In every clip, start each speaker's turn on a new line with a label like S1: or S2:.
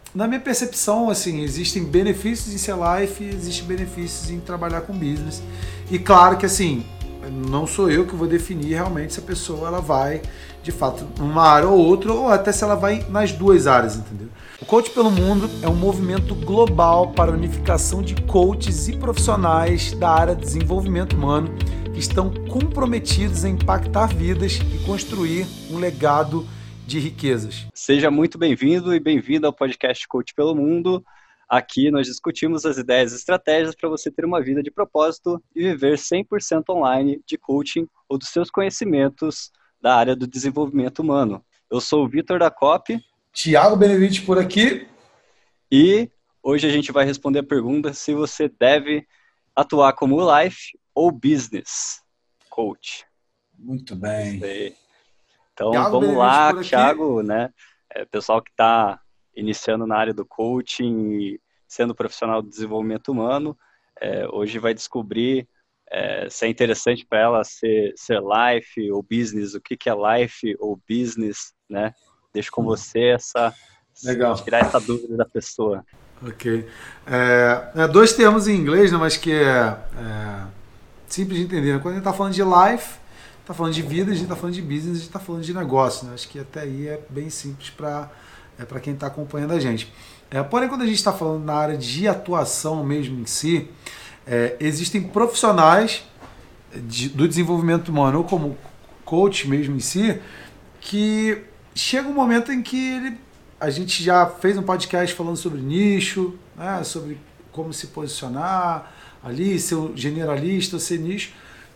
S1: Na minha percepção, assim, existem benefícios em ser life e existem benefícios em trabalhar com business. E claro que, assim, não sou eu que vou definir realmente se a pessoa ela vai, de fato, numa área ou outra, ou até se ela vai nas duas áreas, entendeu? O Coach pelo Mundo é um movimento global para a unificação de coaches e profissionais da área de desenvolvimento humano que estão comprometidos em impactar vidas e construir um legado de riquezas.
S2: Seja muito bem-vindo e bem-vinda ao podcast Coach pelo Mundo. Aqui nós discutimos as ideias e estratégias para você ter uma vida de propósito e viver 100% online de coaching ou dos seus conhecimentos da área do desenvolvimento humano. Eu sou o Vitor da COP.
S1: Tiago Benevides por aqui.
S2: E hoje a gente vai responder a pergunta se você deve atuar como life ou business coach.
S1: Muito bem.
S2: Então,
S1: Thiago
S2: vamos lá,
S1: Benevides
S2: Thiago, né? Pessoal que está iniciando na área do coaching e sendo profissional de desenvolvimento humano, hoje vai descobrir se é interessante para ela ser life ou business, o que é life ou business, né? Deixo com você tirar essa dúvida da pessoa.
S1: Ok. Dois termos em inglês, né, mas que é simples de entender. Quando a gente está falando de life, está falando de vida, a gente está falando de business, a gente está falando de negócio. Né? Acho que até aí é bem simples para quem está acompanhando a gente. Porém, quando a gente está falando na área de atuação mesmo em si, existem profissionais do desenvolvimento humano, ou como coach mesmo em si, que chega um momento em que a gente já fez um podcast falando sobre nicho, né, sobre como se posicionar ali, ser generalista, ser nicho.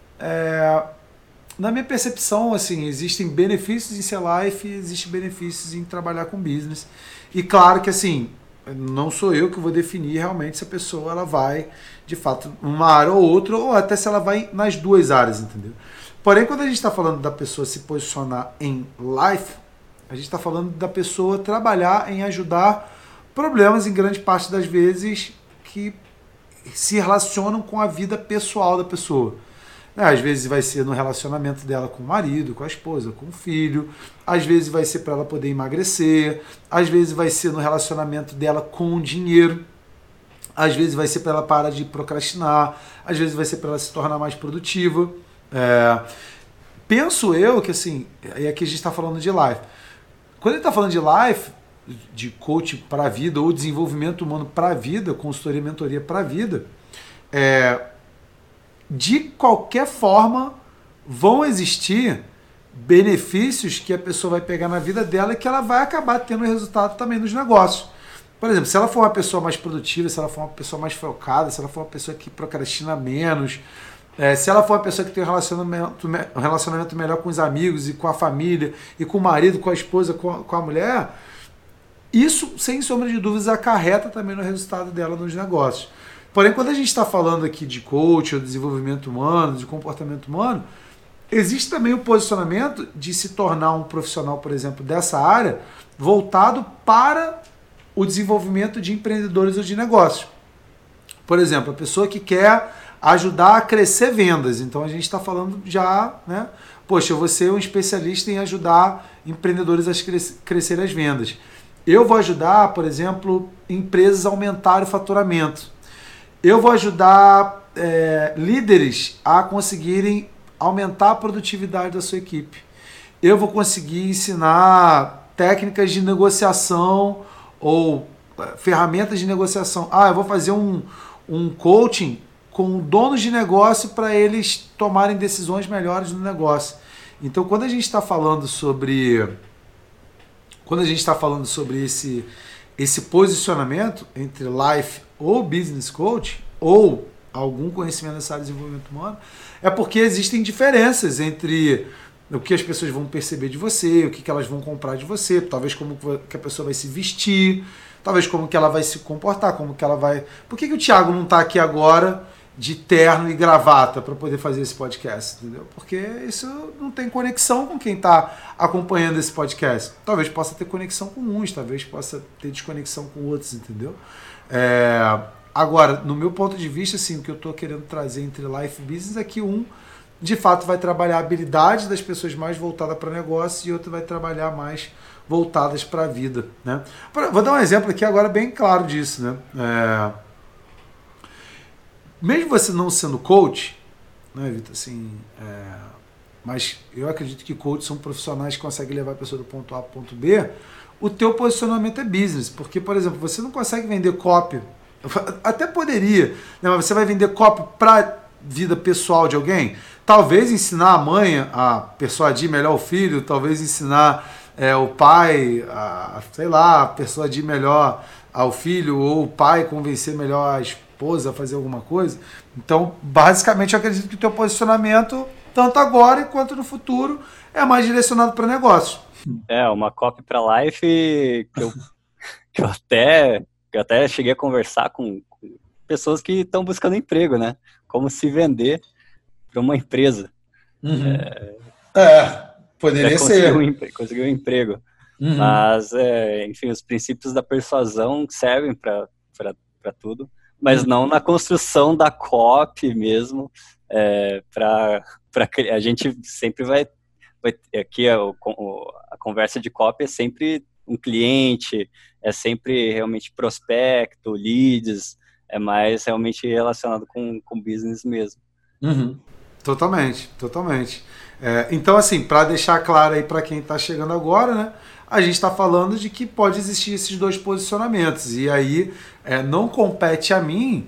S1: Na minha percepção, assim, existem benefícios em ser life e existem benefícios em trabalhar com business. E claro que, assim, não sou eu que vou definir realmente se a pessoa ela vai, de fato, numa área ou outra, ou até se ela vai nas duas áreas, entendeu? Porém, quando a gente está falando da pessoa se posicionar em life, a gente está falando da pessoa trabalhar em ajudar problemas, em grande parte das vezes, que se relacionam com a vida pessoal da pessoa. Às vezes vai ser no relacionamento dela com o marido, com a esposa, com o filho. Às vezes vai ser para ela poder emagrecer. Às vezes vai ser no relacionamento dela com o dinheiro. Às vezes vai ser para ela parar de procrastinar. Às vezes vai ser para ela se tornar mais produtiva. Penso eu que, assim, e aqui a gente está falando de life. Quando a gente está falando de life, de coaching para a vida ou desenvolvimento humano para a vida, consultoria e mentoria para a vida, de qualquer forma vão existir benefícios que a pessoa vai pegar na vida dela e que ela vai acabar tendo resultado também nos negócios. Por exemplo, se ela for uma pessoa mais produtiva, se ela for uma pessoa mais focada, se ela for uma pessoa que procrastina menos, se ela for uma pessoa que tem um relacionamento melhor com os amigos e com a família, e com o marido, com a esposa, com a mulher, isso, sem sombra de dúvidas, acarreta também no resultado dela nos negócios. Porém, quando a gente está falando aqui de coach, ou desenvolvimento humano, de comportamento humano, existe também o posicionamento de se tornar um profissional, por exemplo, dessa área, voltado para o desenvolvimento de empreendedores ou de negócios. Por exemplo, a pessoa que quer ajudar a crescer vendas. Então a gente está falando já, né? Poxa, eu vou ser um especialista em ajudar empreendedores a crescer as vendas. Eu vou ajudar, por exemplo, empresas a aumentar o faturamento. Eu vou ajudar líderes a conseguirem aumentar a produtividade da sua equipe. Eu vou conseguir ensinar técnicas de negociação ou ferramentas de negociação. Eu vou fazer um coaching com donos de negócio para eles tomarem decisões melhores no negócio. Então, quando a gente está falando sobre esse posicionamento entre life ou business coach, ou algum conhecimento nessa área de desenvolvimento humano, é porque existem diferenças entre o que as pessoas vão perceber de você, o que elas vão comprar de você, talvez como que a pessoa vai se vestir, talvez como que ela vai se comportar, como que ela vai... Por que o Thiago não está aqui agora de terno e gravata para poder fazer esse podcast, entendeu? Porque isso não tem conexão com quem está acompanhando esse podcast. Talvez possa ter conexão com uns, talvez possa ter desconexão com outros, entendeu? Agora, no meu ponto de vista, assim, o que eu estou querendo trazer entre life e business é que de fato, vai trabalhar a habilidade das pessoas mais voltada para negócio e outro vai trabalhar mais voltadas para a vida, né? Vou dar um exemplo aqui agora bem claro disso, né? Mesmo você não sendo coach, né, Vitor, assim, mas eu acredito que coaches são profissionais que conseguem levar a pessoa do ponto A para o ponto B, o teu posicionamento é business, porque, por exemplo, você não consegue vender copy, até poderia, né, mas você vai vender copy para vida pessoal de alguém? Talvez ensinar a mãe a persuadir melhor o filho, talvez ensinar o pai a, sei lá, persuadir melhor ao filho, ou o pai convencer melhor a esposa a fazer alguma coisa. Então, basicamente, eu acredito que o teu posicionamento, tanto agora quanto no futuro, é mais direcionado para negócios.
S2: Uma copy para life que eu até cheguei a conversar com pessoas que estão buscando emprego, né? Como se vender para uma empresa.
S1: Uhum. Poderia ser.
S2: Conseguir um emprego. Uhum. Mas, enfim, os princípios da persuasão servem para tudo, mas não na construção da copy mesmo. A gente sempre vai aqui a conversa de copy é sempre um cliente, é sempre realmente prospecto, leads, é mais realmente relacionado com business mesmo.
S1: Uhum. Totalmente. Então, assim, para deixar claro aí para quem está chegando agora, né, a gente está falando de que pode existir esses dois posicionamentos, e aí não compete a mim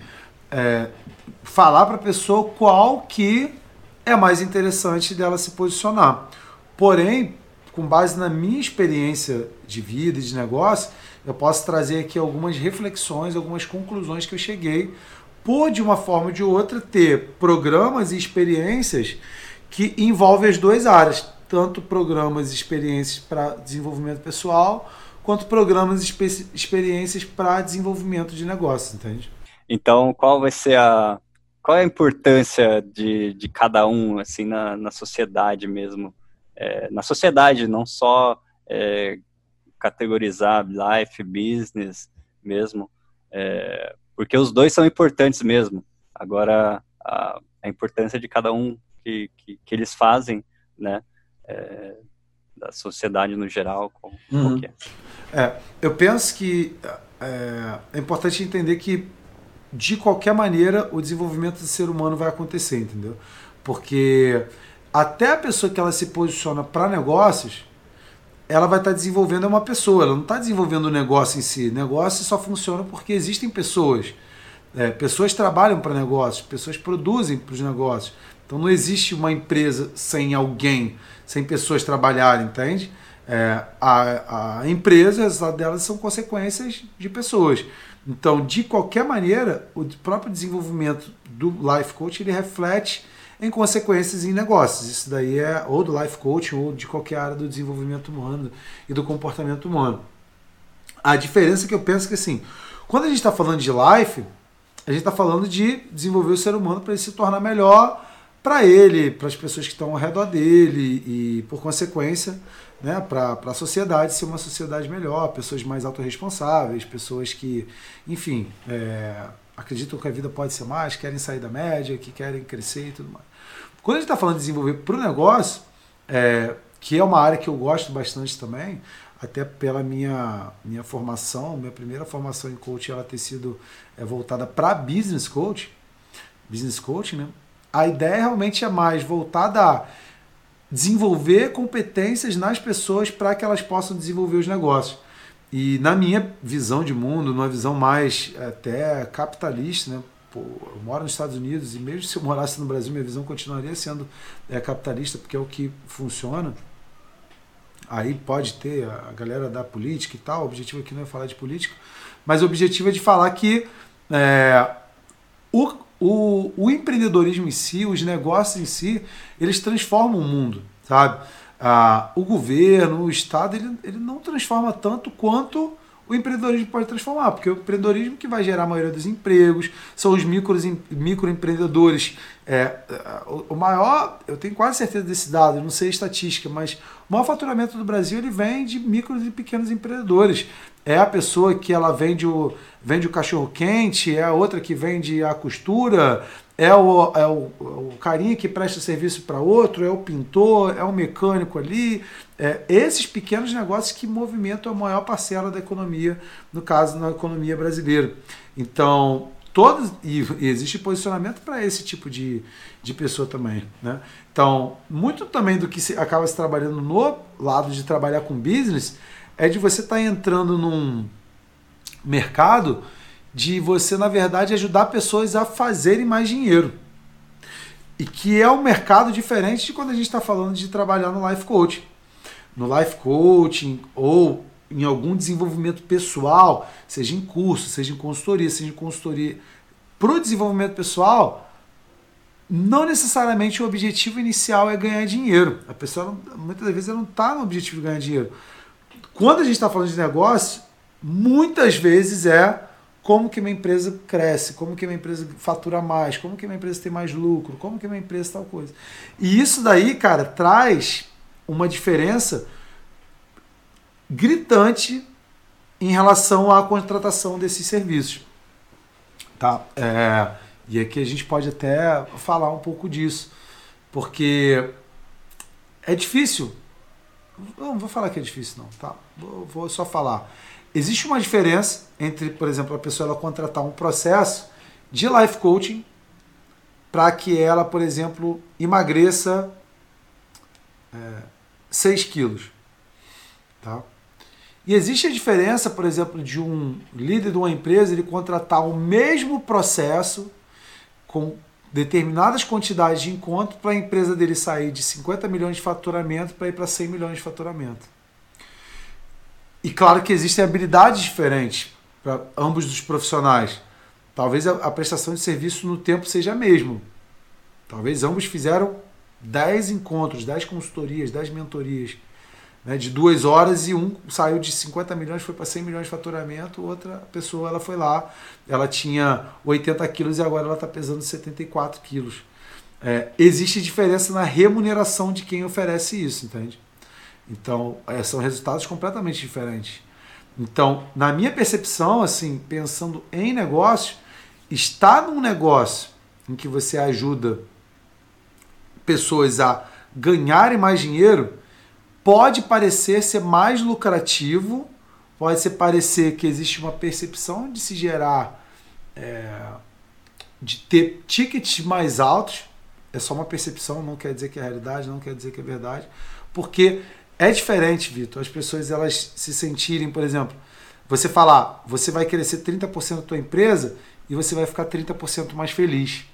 S1: falar para a pessoa qual que é mais interessante dela se posicionar. Porém, com base na minha experiência de vida e de negócio, eu posso trazer aqui algumas reflexões, algumas conclusões que eu cheguei por, de uma forma ou de outra, ter programas e experiências que envolvem as duas áreas, tanto programas e experiências para desenvolvimento pessoal, quanto programas e experiências para desenvolvimento de negócios, entende?
S2: Então, qual é a importância de cada um, assim, na sociedade mesmo? Na sociedade, não só categorizar life, business mesmo, porque os dois são importantes mesmo. Agora, a importância de cada um que eles fazem, né, da sociedade no geral, qual que é?
S1: Eu penso que é importante entender que, de qualquer maneira, o desenvolvimento do ser humano vai acontecer, entendeu? Porque até a pessoa que ela se posiciona para negócios, ela vai estar desenvolvendo uma pessoa, ela não está desenvolvendo o negócio em si. Negócio só funciona porque existem pessoas. Pessoas trabalham para negócios, pessoas produzem para os negócios. Então não existe uma empresa sem alguém, sem pessoas trabalharem, entende? A empresa, as delas são consequências de pessoas. Então, de qualquer maneira, o próprio desenvolvimento do Life Coach, ele reflete em consequências em negócios. Isso daí é ou do Life Coach ou de qualquer área do desenvolvimento humano e do comportamento humano. A diferença é que eu penso que, assim, quando a gente está falando de Life, a gente está falando de desenvolver o ser humano para ele se tornar melhor para ele, para as pessoas que estão ao redor dele e, por consequência, né, para a sociedade ser uma sociedade melhor, pessoas mais autorresponsáveis, pessoas que, enfim, acreditam que a vida pode ser mais, querem sair da média, que querem crescer e tudo mais. Quando a gente está falando de desenvolver para o negócio, que é uma área que eu gosto bastante também, até pela minha formação, minha primeira formação em coaching, ela ter sido voltada para business coaching, né? A ideia realmente é mais voltada a desenvolver competências nas pessoas para que elas possam desenvolver os negócios. E na minha visão de mundo, numa visão mais até capitalista, né? Eu moro nos Estados Unidos e mesmo se eu morasse no Brasil, minha visão continuaria sendo capitalista, porque é o que funciona. Aí pode ter a galera da política e tal, o objetivo aqui não é falar de política, mas o objetivo é de falar que o empreendedorismo em si, os negócios em si, eles transformam o mundo, sabe? O governo, o Estado, ele não transforma tanto quanto o empreendedorismo pode transformar, porque o empreendedorismo que vai gerar a maioria dos empregos, são os microempreendedores. O maior, eu tenho quase certeza desse dado, eu não sei a estatística, mas o maior faturamento do Brasil ele vem de micros e pequenos empreendedores. É a pessoa que ela vende o cachorro quente, é a outra que vende a costura, é o carinha que presta serviço para outro, é o pintor, é o mecânico ali. Esses pequenos negócios que movimentam a maior parcela da economia, no caso, na economia brasileira. Então, e existe posicionamento para esse tipo de pessoa também, né? Então, muito também do que acaba se trabalhando no lado de trabalhar com business é de você estar entrando num mercado de você, na verdade, ajudar pessoas a fazerem mais dinheiro. E que é um mercado diferente de quando a gente está falando de trabalhar no life coaching. No life coaching ou em algum desenvolvimento pessoal, seja em curso, seja em consultoria. Para o desenvolvimento pessoal, não necessariamente o objetivo inicial é ganhar dinheiro. A pessoa, muitas vezes, ela não está no objetivo de ganhar dinheiro. Quando a gente está falando de negócio, muitas vezes como que minha empresa cresce, como que minha empresa fatura mais, como que minha empresa tem mais lucro, como que minha empresa tal coisa. E isso daí, cara, traz uma diferença gritante em relação à contratação desses serviços. Tá? E aqui a gente pode até falar um pouco disso, porque é difícil. Não vou falar que é difícil, não. Tá? Vou só falar. Existe uma diferença entre, por exemplo, a pessoa ela contratar um processo de life coaching para que ela, por exemplo, emagreça 6 quilos. Tá? E existe a diferença, por exemplo, de um líder de uma empresa ele contratar o mesmo processo com determinadas quantidades de encontro para a empresa dele sair de 50 milhões de faturamento para ir para 100 milhões de faturamento. E claro que existem habilidades diferentes para ambos os profissionais. Talvez a prestação de serviço no tempo seja a mesma. Talvez ambos fizeram 10 encontros, 10 consultorias, 10 mentorias, né, de 2 horas e um saiu de 50 milhões, foi para 100 milhões de faturamento, outra pessoa ela foi lá, ela tinha 80 quilos e agora ela está pesando 74 quilos. Existe diferença na remuneração de quem oferece isso, entende? Então, são resultados completamente diferentes. Então, na minha percepção, assim, pensando em negócio, estar num negócio em que você ajuda pessoas a ganharem mais dinheiro pode parecer ser mais lucrativo, pode parecer que existe uma percepção de se gerar, de ter tickets mais altos. É só uma percepção, não quer dizer que é realidade, não quer dizer que é verdade, porque é diferente, Vitor, as pessoas elas se sentirem, por exemplo, você falar, você vai crescer 30% da tua empresa e você vai ficar 30% mais feliz.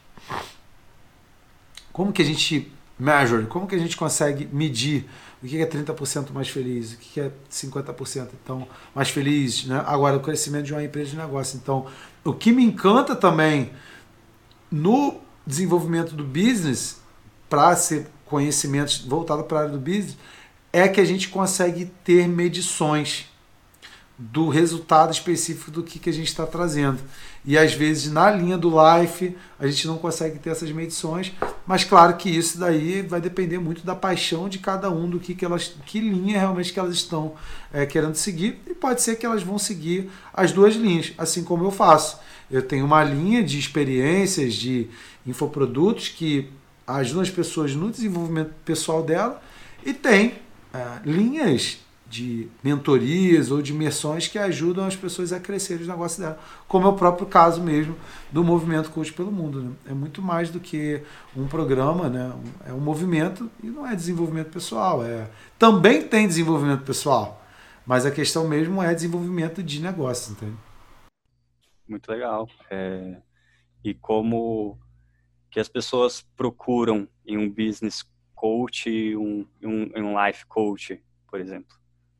S1: Como que a gente measure, como que a gente consegue medir o que é 30% mais feliz, o que é 50% então, mais feliz, né? Agora, o crescimento de uma empresa de negócio. Então, o que me encanta também no desenvolvimento do business, para ser conhecimentos voltados para a área do business, é que a gente consegue ter medições do resultado específico do que a gente está trazendo. E às vezes na linha do life a gente não consegue ter essas medições, mas claro que isso daí vai depender muito da paixão de cada um, do que linha realmente que elas estão querendo seguir, e pode ser que elas vão seguir as duas linhas, assim como eu faço. Eu tenho uma linha de experiências, de infoprodutos que ajudam as pessoas no desenvolvimento pessoal dela, e tem linhas de mentorias ou de imersões que ajudam as pessoas a crescerem os negócios dela, como é o próprio caso mesmo do Movimento Coach pelo Mundo, né? É muito mais do que um programa, né? É um movimento e não é desenvolvimento pessoal. Também tem desenvolvimento pessoal, mas a questão mesmo é desenvolvimento de negócio, entende?
S2: Muito legal. E como que as pessoas procuram em um business coach e um life coach, por exemplo?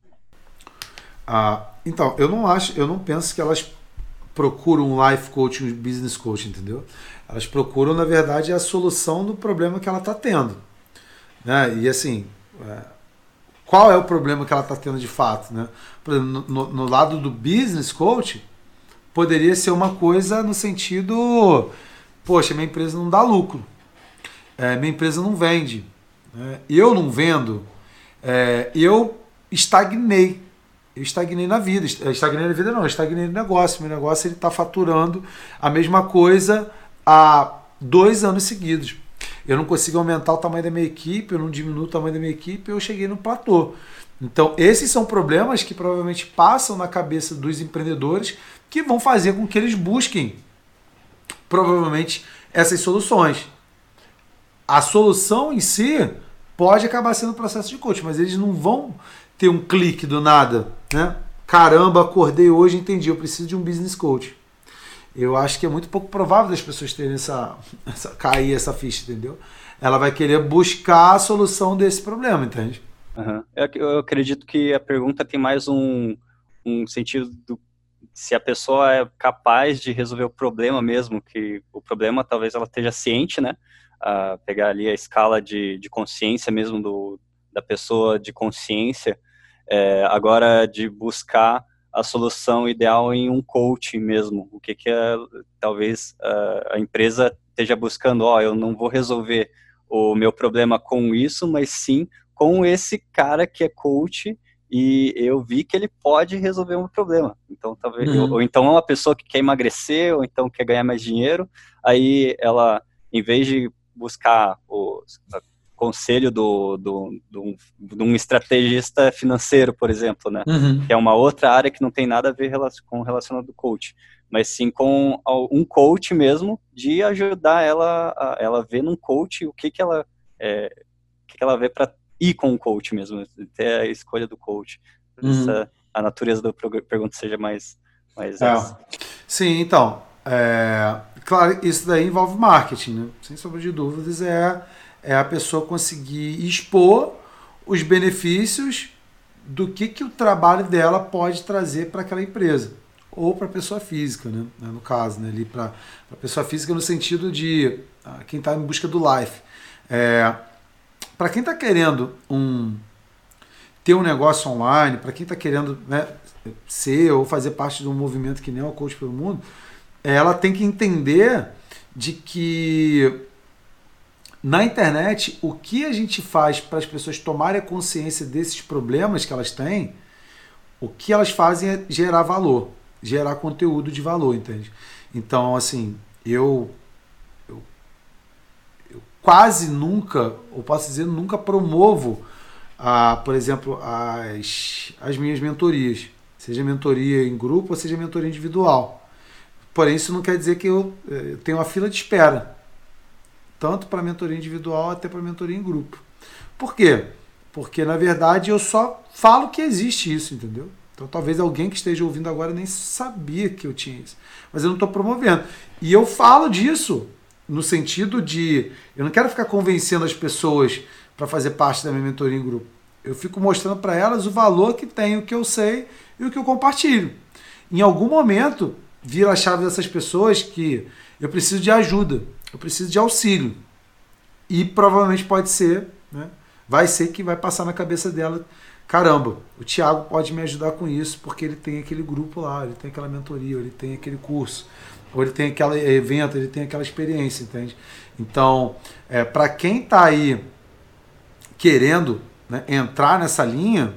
S1: Então, eu não penso que elas procuram um life coach, um business coach, entendeu? Elas procuram, na verdade, a solução do problema que ela está tendo, né? E assim, qual é o problema que ela está tendo de fato, né? Por exemplo, no lado do business coach, poderia ser uma coisa no sentido, poxa, minha empresa não dá lucro, minha empresa não vende, eu não vendo, eu estagnei. Eu estagnei na vida. Eu estagnei no negócio. Meu negócio ele está faturando a mesma coisa há 2 anos seguidos. Eu não consigo aumentar o tamanho da minha equipe, eu não diminuo o tamanho da minha equipe, eu cheguei no platô. Então, esses são problemas que provavelmente passam na cabeça dos empreendedores que vão fazer com que eles busquem, provavelmente, essas soluções. A solução em si pode acabar sendo o processo de coaching, mas eles não vão ter um clique do nada, né? Caramba, acordei hoje e entendi, eu preciso de um business coach. Eu acho que é muito pouco provável das pessoas terem cair essa ficha, entendeu? Ela vai querer buscar a solução desse problema, entende?
S2: Uhum. Eu acredito que a pergunta tem mais um sentido se a pessoa é capaz de resolver o problema mesmo, que o problema talvez ela esteja ciente, né? Pegar ali a escala de consciência mesmo da pessoa de consciência, agora de buscar a solução ideal em um coaching mesmo. O que talvez a empresa esteja buscando? Eu não vou resolver o meu problema com isso, mas sim com esse cara que é coach e eu vi que ele pode resolver um problema. Então, talvez, ou então é uma pessoa que quer emagrecer, ou então quer ganhar mais dinheiro, aí ela, em vez de buscar o conselho de um estrategista financeiro, por exemplo, né? Que é uma outra área que não tem nada a ver com relacionado ao coach, mas sim com um coach mesmo, de ajudar ela ver num coach o que ela vê para ir com o coach mesmo, até a escolha do coach. A natureza da pergunta seja mais essa.
S1: Sim, então, claro, isso daí envolve marketing, né? Sem sombra de dúvidas, é a pessoa conseguir expor os benefícios do que o trabalho dela pode trazer para aquela empresa, ou para a pessoa física, né? No caso, né? Ali para a pessoa física no sentido de quem está em busca do life. Para quem está querendo ter um negócio online, para quem está querendo, né, ser ou fazer parte de um movimento que nem o Coach pelo Mundo, ela tem que entender de que na internet o que a gente faz para as pessoas tomarem a consciência desses problemas que elas têm, o que elas fazem é gerar valor, gerar conteúdo de valor, entende? Então, assim, eu quase nunca, ou posso dizer, nunca promovo, por exemplo, as minhas mentorias, seja mentoria em grupo ou seja mentoria individual. Porém, isso não quer dizer que eu tenho uma fila de espera, tanto para mentoria individual até para mentoria em grupo. Por quê? Porque, na verdade, eu só falo que existe isso, entendeu? Então, talvez alguém que esteja ouvindo agora nem sabia que eu tinha isso. Mas eu não estou promovendo. E eu falo disso no sentido de... Eu não quero ficar convencendo as pessoas para fazer parte da minha mentoria em grupo. Eu fico mostrando para elas o valor que tem, o que eu sei e o que eu compartilho. Em algum momento, vira a chave dessas pessoas que eu preciso de ajuda, eu preciso de auxílio. E provavelmente pode ser, né? Vai ser que vai passar na cabeça dela, caramba, o Thiago pode me ajudar com isso, porque ele tem aquele grupo lá, ele tem aquela mentoria, ele tem aquele curso, ou ele tem aquele evento, ele tem aquela experiência, entende? Então, para quem está aí querendo, né, entrar nessa linha,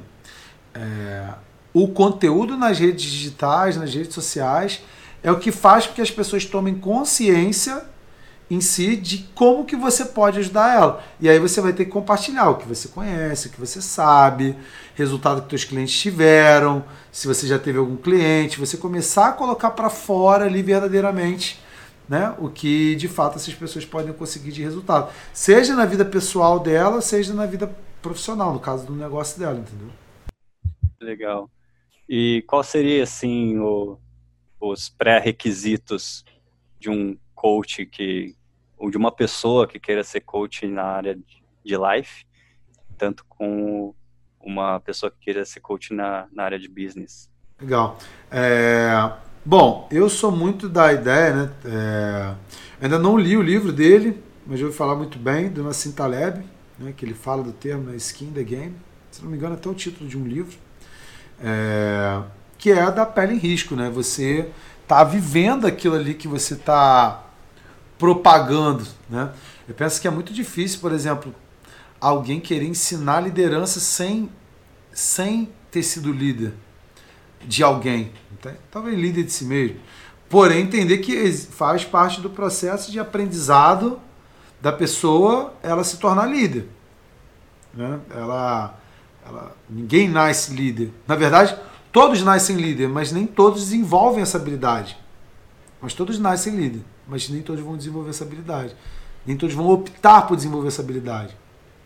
S1: o conteúdo nas redes digitais, nas redes sociais, é o que faz com que as pessoas tomem consciência em si de como que você pode ajudar ela. E aí você vai ter que compartilhar o que você conhece, o que você sabe, resultado que seus clientes tiveram, se você já teve algum cliente, você começar a colocar para fora ali verdadeiramente, né, o que de fato essas pessoas podem conseguir de resultado. Seja na vida pessoal dela, seja na vida profissional, no caso do negócio dela, entendeu?
S2: Legal. E qual seria, assim, os pré-requisitos de um coach ou de uma pessoa que queira ser coach na área de life, tanto com uma pessoa que queira ser coach na área de business?
S1: Legal. Bom, eu sou muito da ideia, né? Ainda não li o livro dele, mas eu ouvi falar muito bem, do Nassim Taleb, né, que ele fala do termo, né, Skin in the Game. Se não me engano, até o título de um livro. Que é da pele em risco, né? Você tá vivendo aquilo ali que você tá propagando, né? Eu penso que é muito difícil, por exemplo, alguém querer ensinar liderança sem ter sido líder de alguém, tá? Talvez líder de si mesmo. Porém, entender que faz parte do processo de aprendizado da pessoa ela se tornar líder. Né? Ninguém nasce líder. Na verdade, todos nascem líder, mas nem todos desenvolvem essa habilidade. Mas todos nascem líder, mas nem todos vão desenvolver essa habilidade. Nem todos vão optar por desenvolver essa habilidade.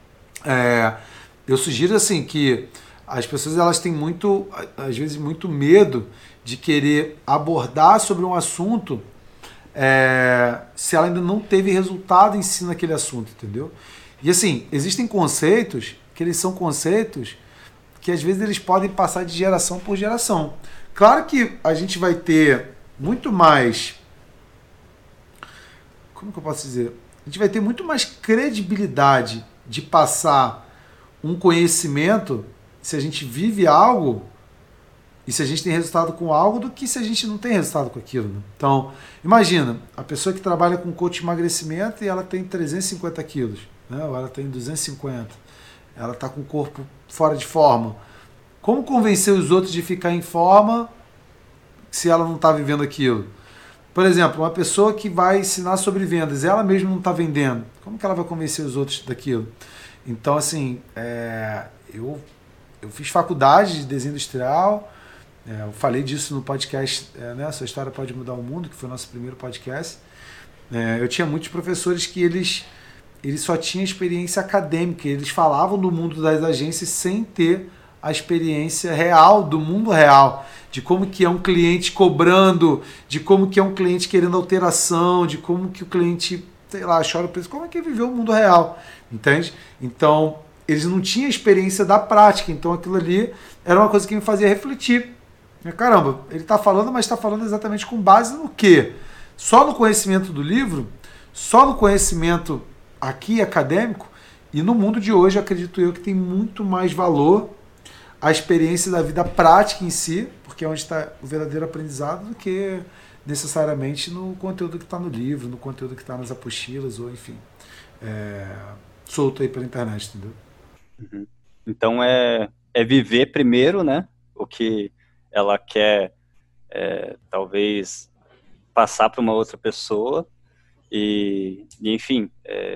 S1: Eu sugiro assim que as pessoas elas têm muito, às vezes, muito medo de querer abordar sobre um assunto se ela ainda não teve resultado em si naquele assunto, entendeu? E assim, existem conceitos que eles são conceitos que às vezes eles podem passar de geração por geração. Claro que a gente vai ter muito mais... Como que eu posso dizer? A gente vai ter muito mais credibilidade de passar um conhecimento se a gente vive algo e se a gente tem resultado com algo do que se a gente não tem resultado com aquilo. Né? Então, imagina, a pessoa que trabalha com coach de emagrecimento e ela tem 350 quilos, né? Ou ela tem 250, ela está com o corpo fora de forma. Como convencer os outros de ficar em forma se ela não está vivendo aquilo? Por exemplo, uma pessoa que vai ensinar sobre vendas, ela mesma não está vendendo. Como que ela vai convencer os outros daquilo? Então, assim, eu fiz faculdade de desenho industrial, eu falei disso no podcast, né, Sua História Pode Mudar o Mundo, que foi o nosso primeiro podcast. Eu tinha muitos professores que eles só tinham experiência acadêmica, eles falavam do mundo das agências sem ter a experiência real, do mundo real, de como que é um cliente cobrando, de como que é um cliente querendo alteração, de como que o cliente, sei lá, chora o preço, como é que ele viveu o mundo real, entende? Então, eles não tinham experiência da prática, então aquilo ali era uma coisa que me fazia refletir. Caramba, ele está falando, mas está falando exatamente com base no quê? Só no conhecimento do livro? Só no conhecimento aqui acadêmico? E no mundo de hoje, acredito eu que tem muito mais valor a experiência da vida prática em si, porque é onde está o verdadeiro aprendizado, do que necessariamente no conteúdo que está no livro, no conteúdo que está nas apostilas, ou enfim, solto aí pela internet, entendeu?
S2: Uhum. Então é viver primeiro, né? O que ela quer, talvez, passar para uma outra pessoa e enfim,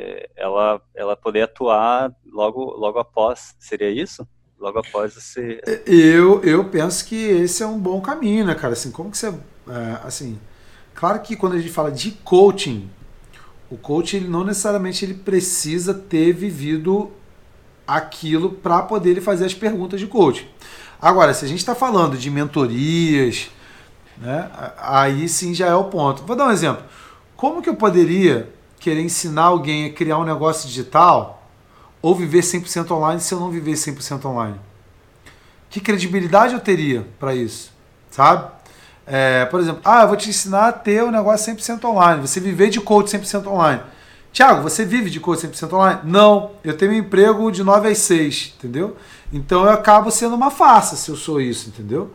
S2: ela poder atuar logo após, seria isso? Logo após você...
S1: Eu penso que esse é um bom caminho, né, cara? Assim, como que você... assim, claro que quando a gente fala de coaching, o coach ele não necessariamente ele precisa ter vivido aquilo para poder ele fazer as perguntas de coaching. Agora, se a gente está falando de mentorias, né, aí sim já é o ponto. Vou dar um exemplo. Como que eu poderia querer ensinar alguém a criar um negócio digital ou viver 100% online se eu não viver 100% online? Que credibilidade eu teria para isso? Sabe? Por exemplo, eu vou te ensinar a ter um negócio 100% online, você viver de coach 100% online. Tiago, você vive de coach 100% online? Não, eu tenho um emprego de 9 às 6, entendeu? Então eu acabo sendo uma farsa se eu sou isso, entendeu?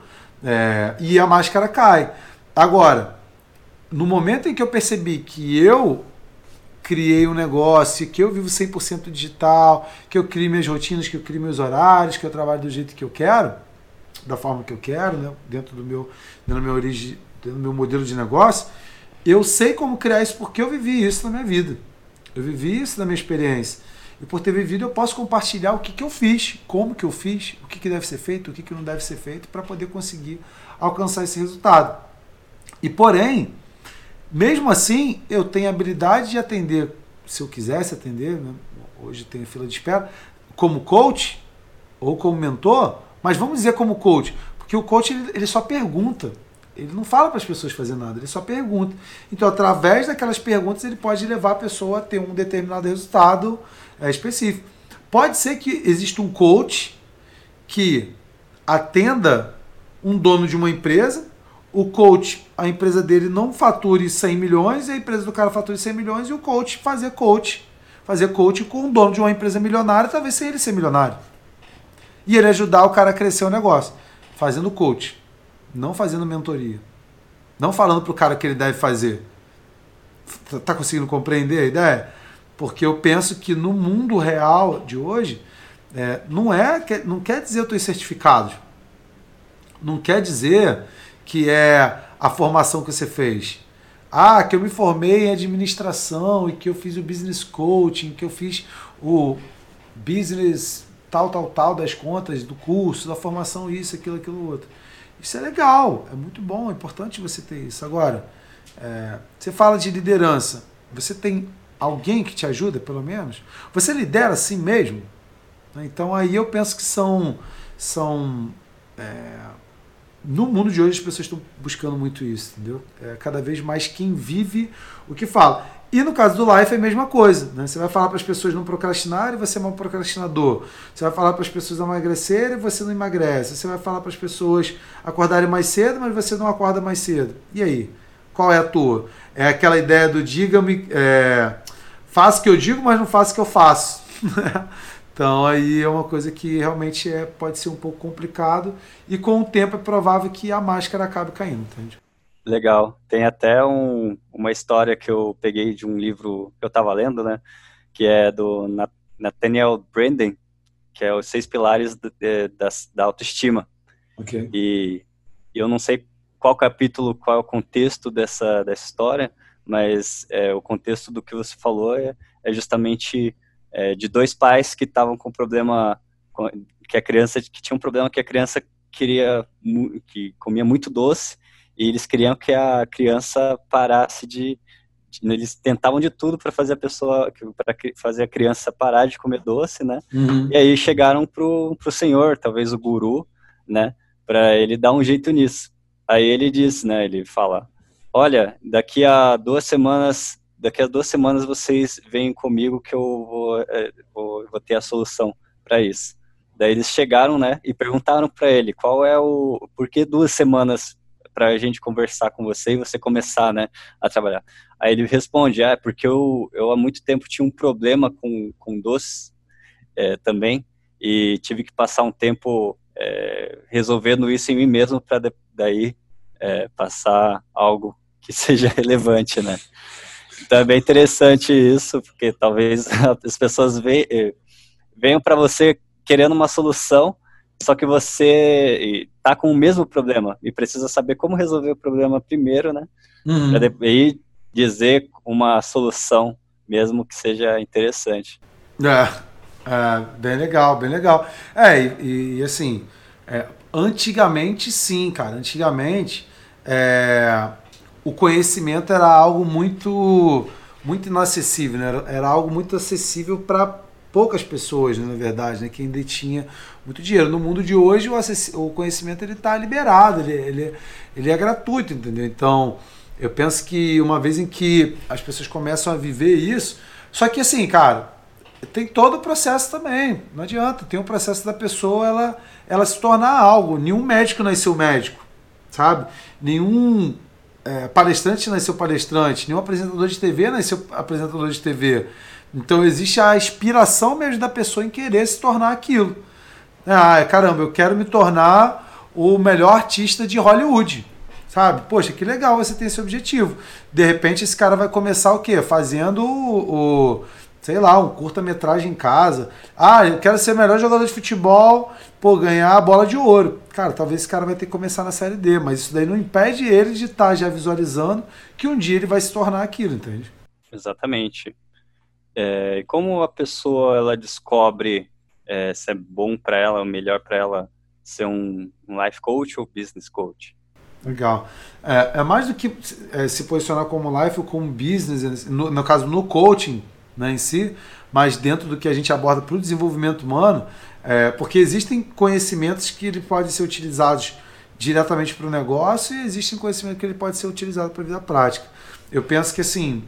S1: E a máscara cai. Agora, no momento em que eu percebi que eu criei um negócio, que eu vivo 100% digital, que eu crio minhas rotinas, que eu crio meus horários, que eu trabalho do jeito que eu quero, da forma que eu quero, né? dentro da minha origem, dentro do meu modelo de negócio, eu sei como criar isso porque eu vivi isso na minha vida. Eu vivi isso na minha experiência. E por ter vivido, eu posso compartilhar o que eu fiz, como que eu fiz, o que deve ser feito, o que não deve ser feito, para poder conseguir alcançar esse resultado. E porém, mesmo assim, eu tenho a habilidade de atender, se eu quisesse atender, né? Hoje tem fila de espera, como coach ou como mentor, mas vamos dizer como coach, porque o coach ele só pergunta, ele não fala para as pessoas fazer nada, ele só pergunta. Então, através daquelas perguntas, ele pode levar a pessoa a ter um determinado resultado específico. Pode ser que exista um coach que atenda um dono de uma empresa, o coach, a empresa dele não fature 100 milhões, e a empresa do cara fature 100 milhões, e o coach fazer coach com o dono de uma empresa milionária, talvez sem ele ser milionário. E ele ajudar o cara a crescer o negócio, fazendo coach, não fazendo mentoria. Não falando pro cara o que ele deve fazer. Tá conseguindo compreender a ideia? Porque eu penso que no mundo real de hoje, não quer dizer eu estou certificado. Não quer dizer que a formação que você fez? Ah, que eu me formei em administração e que eu fiz o business coaching, que eu fiz o business tal das contas, do curso, da formação, isso, aquilo, outro. Isso é legal, é muito bom, é importante você ter isso. Agora, você fala de liderança, você tem alguém que te ajuda, pelo menos? Você lidera assim mesmo? Então aí eu penso que no mundo de hoje as pessoas estão buscando muito isso, entendeu? Cada vez mais quem vive o que fala. E no caso do Life é a mesma coisa, né? Você vai falar para as pessoas não procrastinarem e você é um procrastinador. Você vai falar para as pessoas emagrecerem e você não emagrece. Você vai falar para as pessoas acordarem mais cedo, mas você não acorda mais cedo. E aí? Qual é a tua? É aquela ideia do diga-me, faça o que eu digo, mas não faça o que eu faço. Então aí é uma coisa que realmente pode ser um pouco complicado e com o tempo é provável que a máscara acabe caindo, entende?
S2: Legal. Tem até uma história que eu peguei de um livro que eu estava lendo, né? Que é do Nathaniel Branden, que é os 6 pilares da autoestima.
S1: Okay.
S2: E eu não sei qual capítulo, qual é o contexto dessa história, mas o contexto do que você falou é justamente de 2 pais que estavam com problema, que tinha um problema que a criança que comia muito doce, e eles queriam que a criança parasse eles tentavam de tudo para fazer a criança parar de comer doce, né?
S1: Uhum.
S2: E aí chegaram pro senhor, talvez o guru, né? Para ele dar um jeito nisso. Aí ele diz, né? Ele fala: olha, daqui a 2 semanas vocês vêm comigo que eu vou ter a solução para isso. Daí eles chegaram, né? E perguntaram para ele por que 2 semanas para a gente conversar com você e você começar, né, a trabalhar. Aí ele responde: porque eu há muito tempo tinha um problema com doces também, e tive que passar um tempo resolvendo isso em mim mesmo para daí passar algo que seja relevante, né. Então é bem interessante isso, porque talvez as pessoas venham para você querendo uma solução, só que você está com o mesmo problema e precisa saber como resolver o problema primeiro, né?
S1: Uhum.
S2: Para depois dizer uma solução, mesmo que seja interessante.
S1: Bem legal, bem legal. E assim, antigamente sim, cara. Antigamente o conhecimento era algo muito, muito inacessível, né? Era algo muito acessível para poucas pessoas, né, na verdade, né, que ainda tinha muito dinheiro. No mundo de hoje, o conhecimento está liberado, ele é gratuito, entendeu? Então, eu penso que uma vez em que as pessoas começam a viver isso, só que assim, cara, tem todo o processo também, não adianta, tem o processo da pessoa ela se tornar algo. Nenhum médico nasceu médico, sabe? Nenhum palestrante nasceu palestrante, nenhum apresentador de TV nasceu apresentador de TV. Então existe a aspiração mesmo da pessoa em querer se tornar aquilo. Caramba, eu quero me tornar o melhor artista de Hollywood, sabe? Poxa, que legal você ter esse objetivo. De repente esse cara vai começar o quê? Fazendo sei lá, um curta-metragem em casa. Eu quero ser o melhor jogador de futebol, ganhar a bola de ouro. Cara, talvez esse cara vai ter que começar na Série D, mas isso daí não impede ele de estar já visualizando que um dia ele vai se tornar aquilo, entende?
S2: Exatamente. Como a pessoa ela descobre se é bom para ela, ou melhor para ela ser um life coach ou business coach?
S1: Legal. É mais do que se posicionar como life ou como business, no caso no coaching, né, em si, mas dentro do que a gente aborda para o desenvolvimento humano, porque existem conhecimentos que ele pode ser utilizados diretamente para o negócio e existem conhecimentos que ele pode ser utilizado para a vida prática. Eu penso que assim,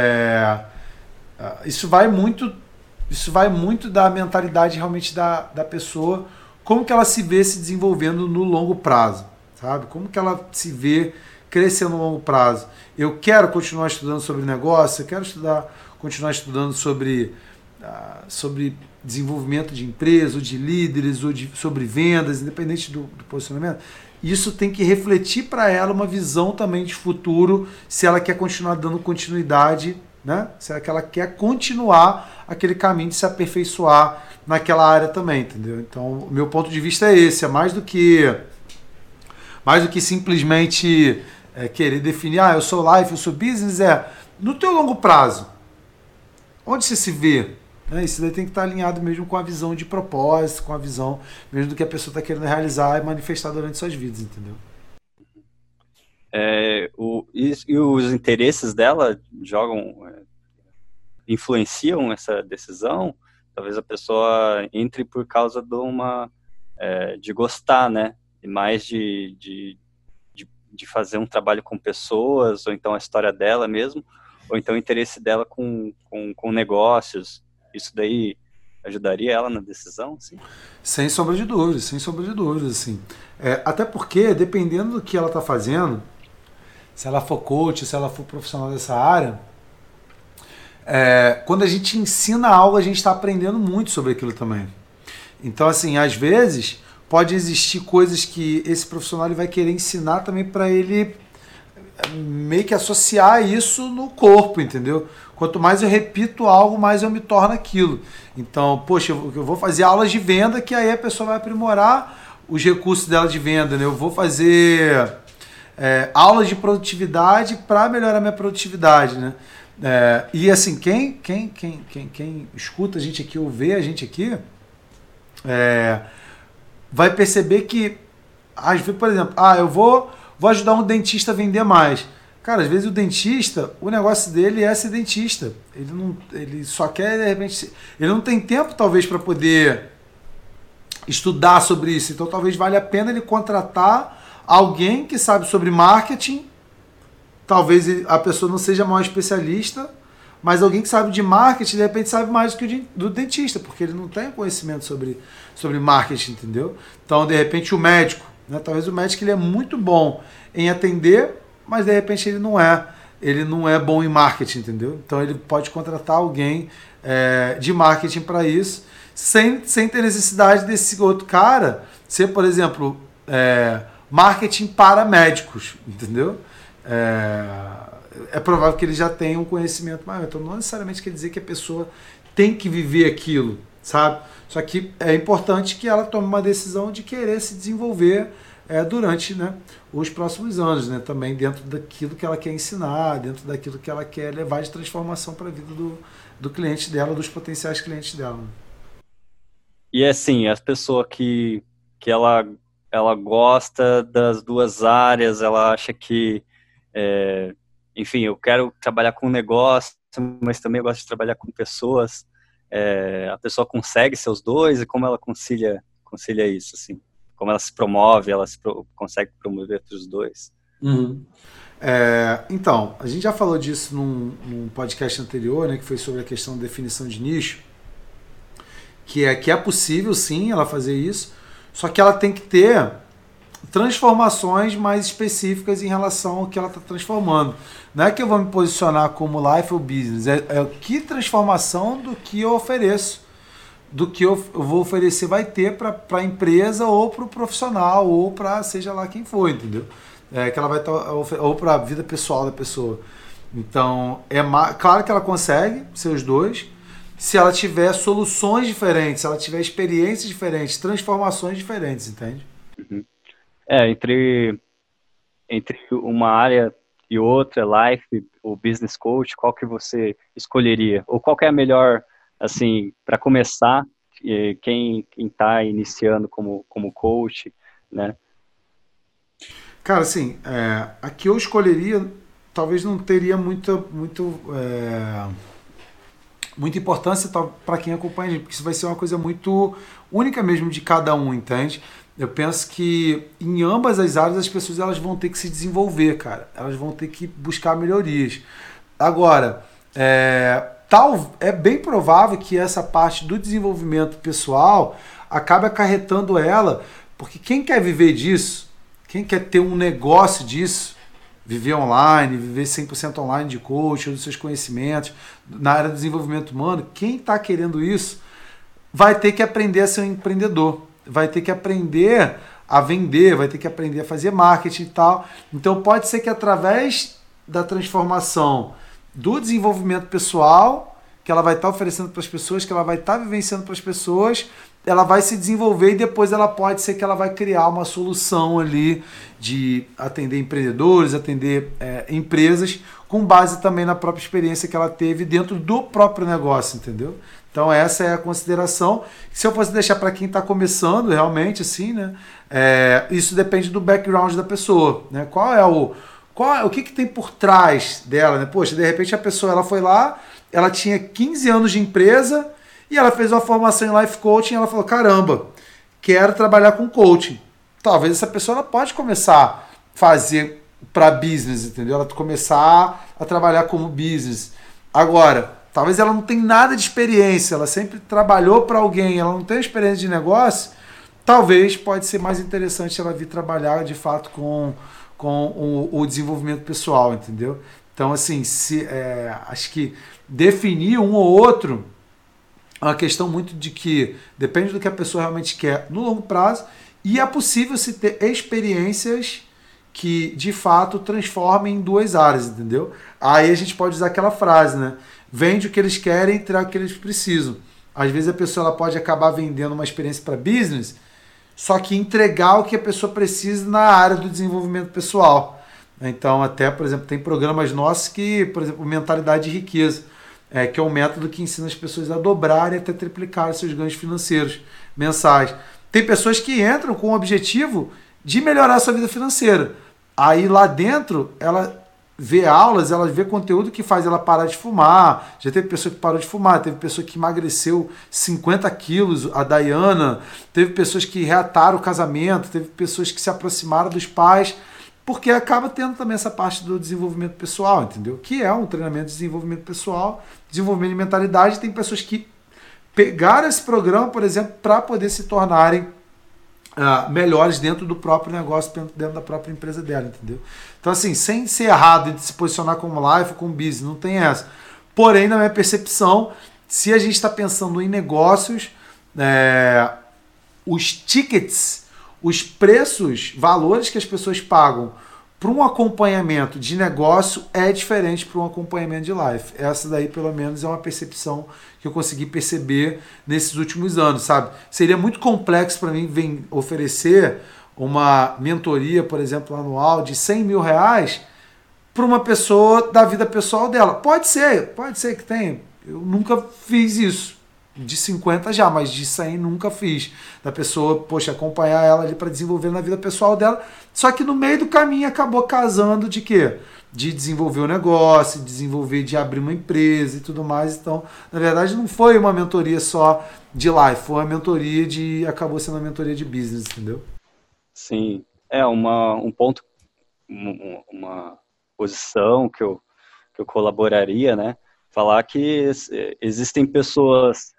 S1: isso vai muito da mentalidade realmente da pessoa, como que ela se vê se desenvolvendo no longo prazo, sabe? Como que ela se vê crescendo no longo prazo. Eu quero continuar estudando sobre negócio, eu quero continuar estudando sobre desenvolvimento de empresas, ou de líderes, ou sobre vendas, independente do posicionamento. Isso tem que refletir para ela uma visão também de futuro, se ela quer continuar dando continuidade, né? Se ela quer continuar aquele caminho de se aperfeiçoar naquela área também, entendeu? Então, o meu ponto de vista é esse, mais do que simplesmente querer definir, eu sou life, eu sou business, no teu longo prazo, onde você se vê? Isso daí tem que estar alinhado mesmo com a visão de propósito, com a visão mesmo do que a pessoa está querendo realizar e manifestar durante suas vidas, entendeu?
S2: E os interesses dela influenciam essa decisão? Talvez a pessoa entre por causa de gostar, né? E mais de fazer um trabalho com pessoas, ou então a história dela mesmo, ou então o interesse dela com negócios. Isso daí ajudaria ela na decisão? Assim?
S1: Sem sombra de dúvidas, assim. Até porque, dependendo do que ela está fazendo, se ela for coach, se ela for profissional dessa área, quando a gente ensina algo, a gente está aprendendo muito sobre aquilo também. Então, assim, às vezes, pode existir coisas que esse profissional ele vai querer ensinar também para ele meio que associar isso no corpo, entendeu? Quanto mais eu repito algo, mais eu me torno aquilo. Então, poxa, eu vou fazer aulas de venda que aí a pessoa vai aprimorar os recursos dela de venda, né? Eu vou fazer aulas de produtividade para melhorar minha produtividade, né? E assim, quem escuta a gente aqui ou vê a gente aqui vai perceber que, às vezes, por exemplo, eu vou ajudar um dentista a vender mais. Cara, às vezes o dentista, o negócio dele é ser dentista. Ele só quer, de repente, ele não tem tempo, talvez, para poder estudar sobre isso. Então, talvez valha a pena ele contratar alguém que sabe sobre marketing. Talvez a pessoa não seja a maior especialista, mas alguém que sabe de marketing, de repente, sabe mais do que do dentista, porque ele não tem conhecimento sobre marketing, entendeu? Então, de repente, o médico, né? Talvez o médico ele é muito bom em atender, mas de repente ele não é bom em marketing, entendeu? Então ele pode contratar alguém de marketing para isso, sem ter necessidade desse outro cara ser, por exemplo, marketing para médicos, entendeu? É provável que ele já tenha um conhecimento maior. Então não necessariamente quer dizer que a pessoa tem que viver aquilo, sabe? Só que é importante que ela tome uma decisão de querer se desenvolver durante, né, os próximos anos, né, também dentro daquilo que ela quer ensinar, dentro daquilo que ela quer levar de transformação para a vida do cliente dela, dos potenciais clientes dela. Né?
S2: E assim, a pessoa que ela gosta das duas áreas, ela acha que, enfim, eu quero trabalhar com negócio, mas também eu gosto de trabalhar com pessoas. A pessoa consegue ser os dois e como ela concilia isso, assim? Como ela se promove, consegue promover entre os dois?
S1: Uhum. Então, a gente já falou disso num podcast anterior, né, que foi sobre a questão da definição de nicho, que é possível, sim, ela fazer isso, só que ela tem que ter transformações mais específicas em relação ao que ela está transformando. Não é que eu vou me posicionar como life ou business, que transformação do que eu ofereço, do que eu vou oferecer vai ter para a empresa ou para o profissional ou para seja lá quem for, entendeu? Que ela vai ou para a vida pessoal da pessoa. Então, claro que ela consegue ser os dois se ela tiver soluções diferentes, se ela tiver experiências diferentes, transformações diferentes, entende?
S2: Uhum. Entre uma área e outra, life, o business coach, qual que você escolheria? Ou qual que é a melhor, assim, para começar, quem está iniciando como coach, né?
S1: Cara, assim, a que eu escolheria talvez não teria muita importância para quem acompanha a gente, porque isso vai ser uma coisa muito única mesmo de cada um, entende? Eu penso que em ambas as áreas as pessoas elas vão ter que se desenvolver, cara. Elas vão ter que buscar melhorias. Agora, é bem provável que essa parte do desenvolvimento pessoal acabe acarretando ela, porque quem quer viver disso, quem quer ter um negócio disso, viver online, viver 100% online de coach, dos seus conhecimentos, na área do desenvolvimento humano, quem está querendo isso vai ter que aprender a ser um empreendedor, vai ter que aprender a vender, vai ter que aprender a fazer marketing e tal. Então pode ser que através da transformação do desenvolvimento pessoal, que ela vai estar oferecendo para as pessoas, que ela vai estar vivenciando para as pessoas, ela vai se desenvolver e depois ela pode ser que ela vai criar uma solução ali de atender empreendedores, atender empresas, com base também na própria experiência que ela teve dentro do próprio negócio, entendeu? Então essa é a consideração. Se eu fosse deixar para quem está começando, realmente, assim, né? Isso depende do background da pessoa, né? O que tem por trás dela, né? Poxa, de repente a pessoa ela foi lá, ela tinha 15 anos de empresa e ela fez uma formação em life coaching e ela falou, caramba, quero trabalhar com coaching. Talvez essa pessoa ela pode começar a fazer para business, entendeu? Ela começar a trabalhar como business. Agora, talvez ela não tenha nada de experiência, ela sempre trabalhou para alguém, ela não tem experiência de negócio, talvez pode ser mais interessante ela vir trabalhar de fato com o desenvolvimento pessoal, entendeu? Então, assim, acho que definir um ou outro é uma questão muito de que depende do que a pessoa realmente quer no longo prazo e é possível se ter experiências que, de fato, transformem em duas áreas, entendeu? Aí a gente pode usar aquela frase, né? Vende o que eles querem e entrega o que eles precisam. Às vezes a pessoa ela pode acabar vendendo uma experiência para business, só que entregar o que a pessoa precisa na área do desenvolvimento pessoal. Então, até, por exemplo, tem programas nossos que, por exemplo, Mentalidade de Riqueza, que é um método que ensina as pessoas a dobrarem e até triplicar seus ganhos financeiros mensais. Tem pessoas que entram com o objetivo de melhorar a sua vida financeira. Aí lá dentro, ela vê aulas, ela vê conteúdo que faz ela parar de fumar. Já teve pessoa que parou de fumar, teve pessoa que emagreceu 50 quilos, a Dayana, teve pessoas que reataram o casamento, teve pessoas que se aproximaram dos pais, porque acaba tendo também essa parte do desenvolvimento pessoal, entendeu? Que é um treinamento de desenvolvimento pessoal, desenvolvimento de mentalidade. Tem pessoas que pegaram esse programa, por exemplo, para poder se tornarem melhores dentro do próprio negócio, dentro da própria empresa dela, entendeu? Então, assim, sem ser errado de se posicionar como life ou como business, não tem essa. Porém, na minha percepção, se a gente está pensando em negócios, os tickets, os preços, valores que as pessoas pagam para um acompanhamento de negócio é diferente para um acompanhamento de life. Essa daí, pelo menos, é uma percepção que eu consegui perceber nesses últimos anos, sabe? Seria muito complexo para mim oferecer uma mentoria, por exemplo, anual de 100 mil reais para uma pessoa da vida pessoal dela. Pode ser que tenha. Eu nunca fiz isso. De 50 já, mas de 100 nunca fiz. Da pessoa, poxa, acompanhar ela ali para desenvolver na vida pessoal dela. Só que no meio do caminho acabou casando de quê? De desenvolver o negócio, de abrir uma empresa e tudo mais. Então, na verdade, não foi uma mentoria só de life, foi uma mentoria acabou sendo uma mentoria de business, entendeu?
S2: Sim, um ponto, uma posição que eu colaboraria, né? Falar que existem pessoas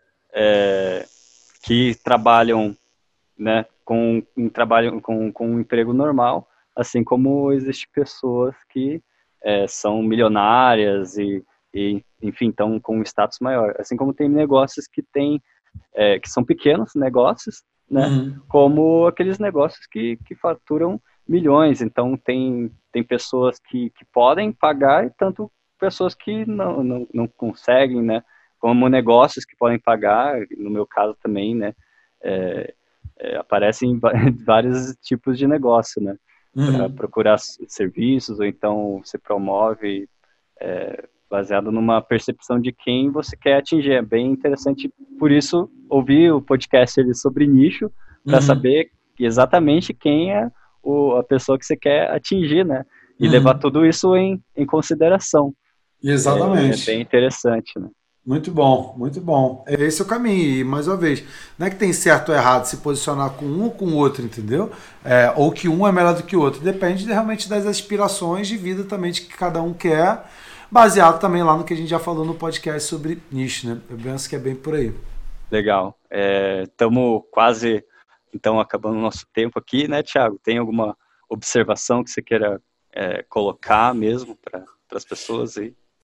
S2: que trabalham, né, com um emprego normal, assim como existem pessoas que são milionárias e enfim, estão com um status maior. Assim como tem negócios que são pequenos negócios, né, como aqueles negócios que faturam milhões. Então, tem pessoas que podem pagar e tanto pessoas que não conseguem, né, como negócios que podem pagar, no meu caso também, né, aparecem vários tipos de negócio, né, para procurar serviços, ou então você promove baseado numa percepção de quem você quer atingir. É bem interessante, por isso, ouvir o podcast sobre nicho, para saber exatamente quem é a pessoa que você quer atingir, né, e levar tudo isso em consideração.
S1: Exatamente.
S2: É bem interessante, né?
S1: Muito bom, muito bom. Esse é o caminho, e mais uma vez, não é que tem certo ou errado se posicionar com um ou com o outro, entendeu? Ou que um é melhor do que o outro. Depende realmente das aspirações de vida também de que cada um quer, baseado também lá no que a gente já falou no podcast sobre nicho, né? Eu penso que é bem por aí.
S2: Legal. Estamos quase, então, acabando o nosso tempo aqui, né, Thiago? Tem alguma observação que você queira colocar mesmo para as pessoas aí?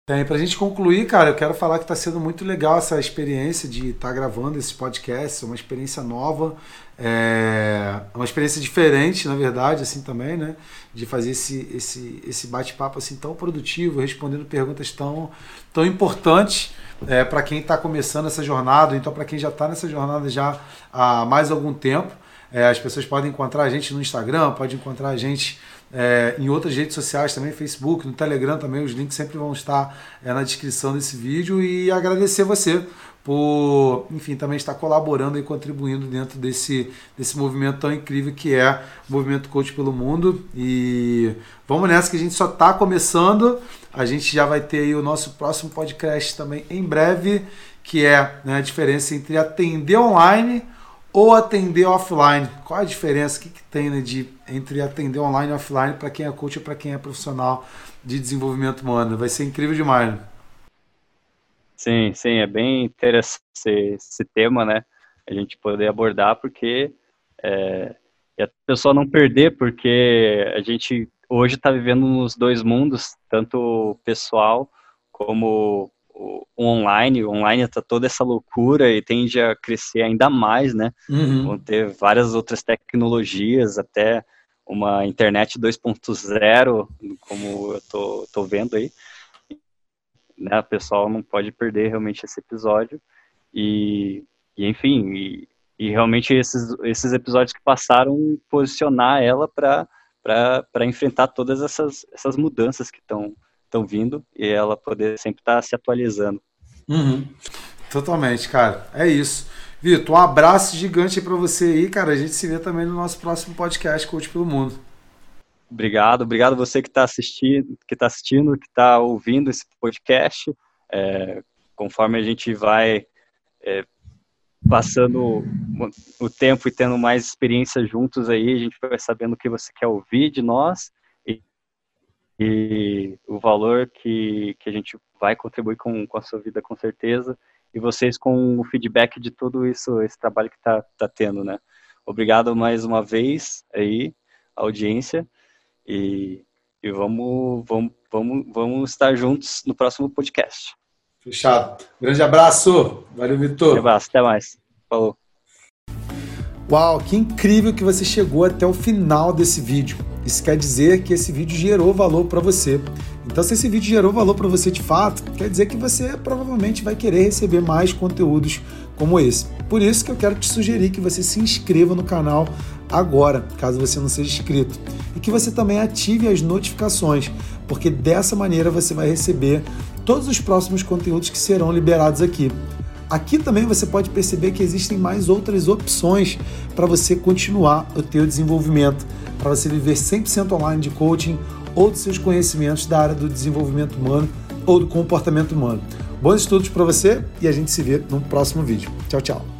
S1: Pra gente concluir, cara, eu quero falar que está sendo muito legal essa experiência de estar gravando esse podcast, é uma experiência nova, é uma experiência diferente, na verdade, assim também, né? De fazer esse bate-papo assim tão produtivo, respondendo perguntas tão importantes para quem está começando essa jornada, então para quem já está nessa jornada já há mais algum tempo. As pessoas podem encontrar a gente no Instagram, podem encontrar a gente em outras redes sociais também, Facebook, no Telegram também, os links sempre vão estar na descrição desse vídeo, e agradecer você por, enfim, também estar colaborando e contribuindo dentro desse movimento tão incrível que é o Movimento Coach pelo Mundo. E vamos nessa que a gente só está começando, a gente já vai ter aí o nosso próximo podcast também em breve, que é, né, a diferença entre atender online ou atender offline. Qual a diferença? O que tem, né, entre atender online e offline para quem é coach ou para quem é profissional de desenvolvimento humano? Vai ser incrível demais, né?
S2: Sim, é bem interessante esse tema, né? A gente poder abordar, porque e a pessoa não perder, porque a gente hoje está vivendo nos dois mundos, tanto o pessoal como o online. O online está toda essa loucura e tende a crescer ainda mais, né? Vão ter várias outras tecnologias, até uma internet 2.0, como eu tô vendo aí, né? O pessoal não pode perder realmente esse episódio enfim, realmente esses episódios que passaram, posicionar ela para enfrentar todas essas mudanças que estão vindo, e ela poder sempre estar se atualizando.
S1: Totalmente, cara. É isso. Vitor, um abraço gigante para você aí, cara. A gente se vê também no nosso próximo podcast Coach pelo Mundo.
S2: Obrigado você que está assistindo, que está ouvindo esse podcast. Conforme a gente vai passando o tempo e tendo mais experiência juntos aí, a gente vai sabendo o que você quer ouvir de nós e o valor que a gente vai contribuir com a sua vida, com certeza, e vocês com o feedback de tudo isso, esse trabalho que tá tendo, né? Obrigado mais uma vez aí, audiência, e vamos estar juntos no próximo podcast.
S1: Fechado. Grande abraço. Valeu, Vitor.
S2: Um abraço, até mais. Falou.
S1: Uau, que incrível que você chegou até o final desse vídeo. Isso quer dizer que esse vídeo gerou valor para você. Então, se esse vídeo gerou valor para você de fato, quer dizer que você provavelmente vai querer receber mais conteúdos como esse. Por isso que eu quero te sugerir que você se inscreva no canal agora, caso você não seja inscrito. E que você também ative as notificações, porque dessa maneira você vai receber todos os próximos conteúdos que serão liberados aqui. Aqui também você pode perceber que existem mais outras opções para você continuar o teu desenvolvimento, para você viver 100% online de coaching ou dos seus conhecimentos da área do desenvolvimento humano ou do comportamento humano. Bons estudos para você e a gente se vê no próximo vídeo. Tchau, tchau.